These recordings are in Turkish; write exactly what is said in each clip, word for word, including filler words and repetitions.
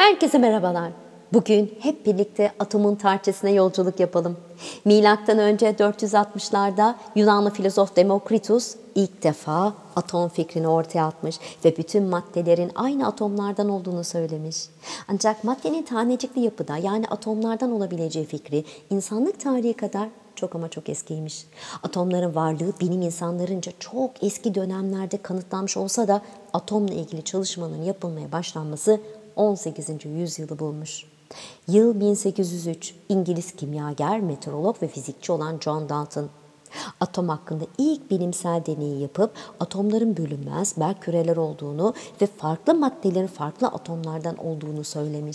Herkese merhabalar. Bugün hep birlikte atomun tarihçesine yolculuk yapalım. Milattan önce dört yüz altmışlarda Yunanlı filozof Demokritus ilk defa atom fikrini ortaya atmış ve bütün maddelerin aynı atomlardan olduğunu söylemiş. Ancak maddenin tanecikli yapıda yani atomlardan olabileceği fikri insanlık tarihi kadar çok ama çok eskiymiş. Atomların varlığı bilim insanlarınca çok eski dönemlerde kanıtlanmış olsa da atomla ilgili çalışmanın yapılmaya başlanması on sekizinci yüzyılı bulmuş. Yıl bin sekiz yüz üç, İngiliz kimyager, meteorolog ve fizikçi olan John Dalton, atom hakkında ilk bilimsel deneyi yapıp atomların bölünmez berk küreler olduğunu ve farklı maddelerin farklı atomlardan olduğunu söylemiş.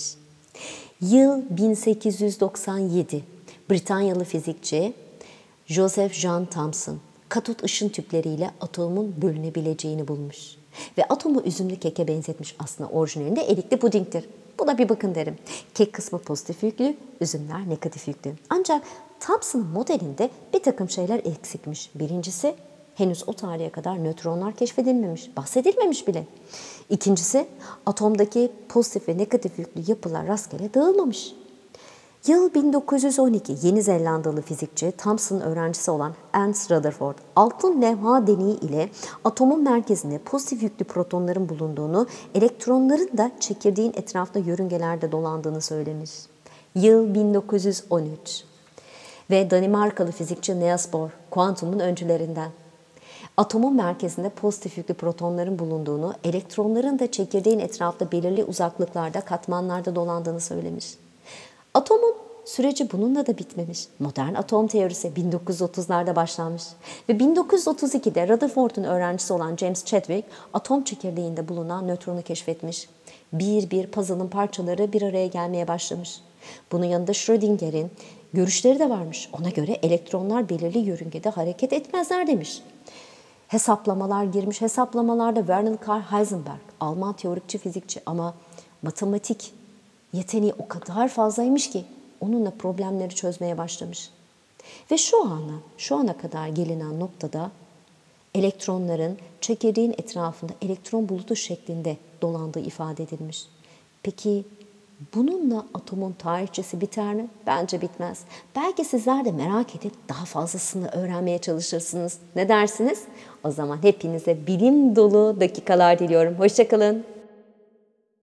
Yıl bin sekiz yüz doksan yedi, Britanyalı fizikçi Joseph John Thomson, katot ışın tüpleriyle atomun bölünebileceğini bulmuş. Ve atomu üzümlü keke benzetmiş, aslında orijinalinde erikli pudingdir. Buna bir bakın derim. Kek kısmı pozitif yüklü, üzümler negatif yüklü. Ancak Thomson'ın modelinde bir takım şeyler eksikmiş. Birincisi, henüz o tarihe kadar nötronlar keşfedilmemiş, bahsedilmemiş bile. İkincisi, atomdaki pozitif ve negatif yüklü yapılar rastgele dağılmamış. Yıl bin dokuz yüz on iki, Yeni Zelandalı fizikçi Thomson'ın öğrencisi olan Ernst Rutherford, altın levha deneyi ile atomun merkezinde pozitif yüklü protonların bulunduğunu, elektronların da çekirdeğin etrafında yörüngelerde dolandığını söylemiş. Yıl bin dokuz yüz on üç ve Danimarkalı fizikçi Niels Bohr, kuantumun öncülerinden. Atomun merkezinde pozitif yüklü protonların bulunduğunu, elektronların da çekirdeğin etrafında belirli uzaklıklarda, katmanlarda dolandığını söylemiş. Atomun süreci bununla da bitmemiş. Modern atom teorisi bin dokuz yüz otuzlarda başlanmış. Ve bin dokuz yüz otuz ikide Rutherford'un öğrencisi olan James Chadwick, atom çekirdeğinde bulunan nötronu keşfetmiş. Bir bir puzzle'ın parçaları bir araya gelmeye başlamış. Bunun yanında Schrödinger'in görüşleri de varmış. Ona göre elektronlar belirli yörüngede hareket etmezler demiş. Hesaplamalar girmiş. Hesaplamalarda Werner Karl Heisenberg, Alman teorikçi fizikçi, ama matematik yeteneği o kadar fazlaymış ki onunla problemleri çözmeye başlamış. Ve şu ana, şu ana kadar gelinen noktada elektronların çekirdeğin etrafında elektron bulutu şeklinde dolandığı ifade edilmiş. Peki bununla atomun tarihçesi biter mi? Bence bitmez. Belki sizler de merak edip daha fazlasını öğrenmeye çalışırsınız. Ne dersiniz? O zaman hepinize bilim dolu dakikalar diliyorum. Hoşça kalın.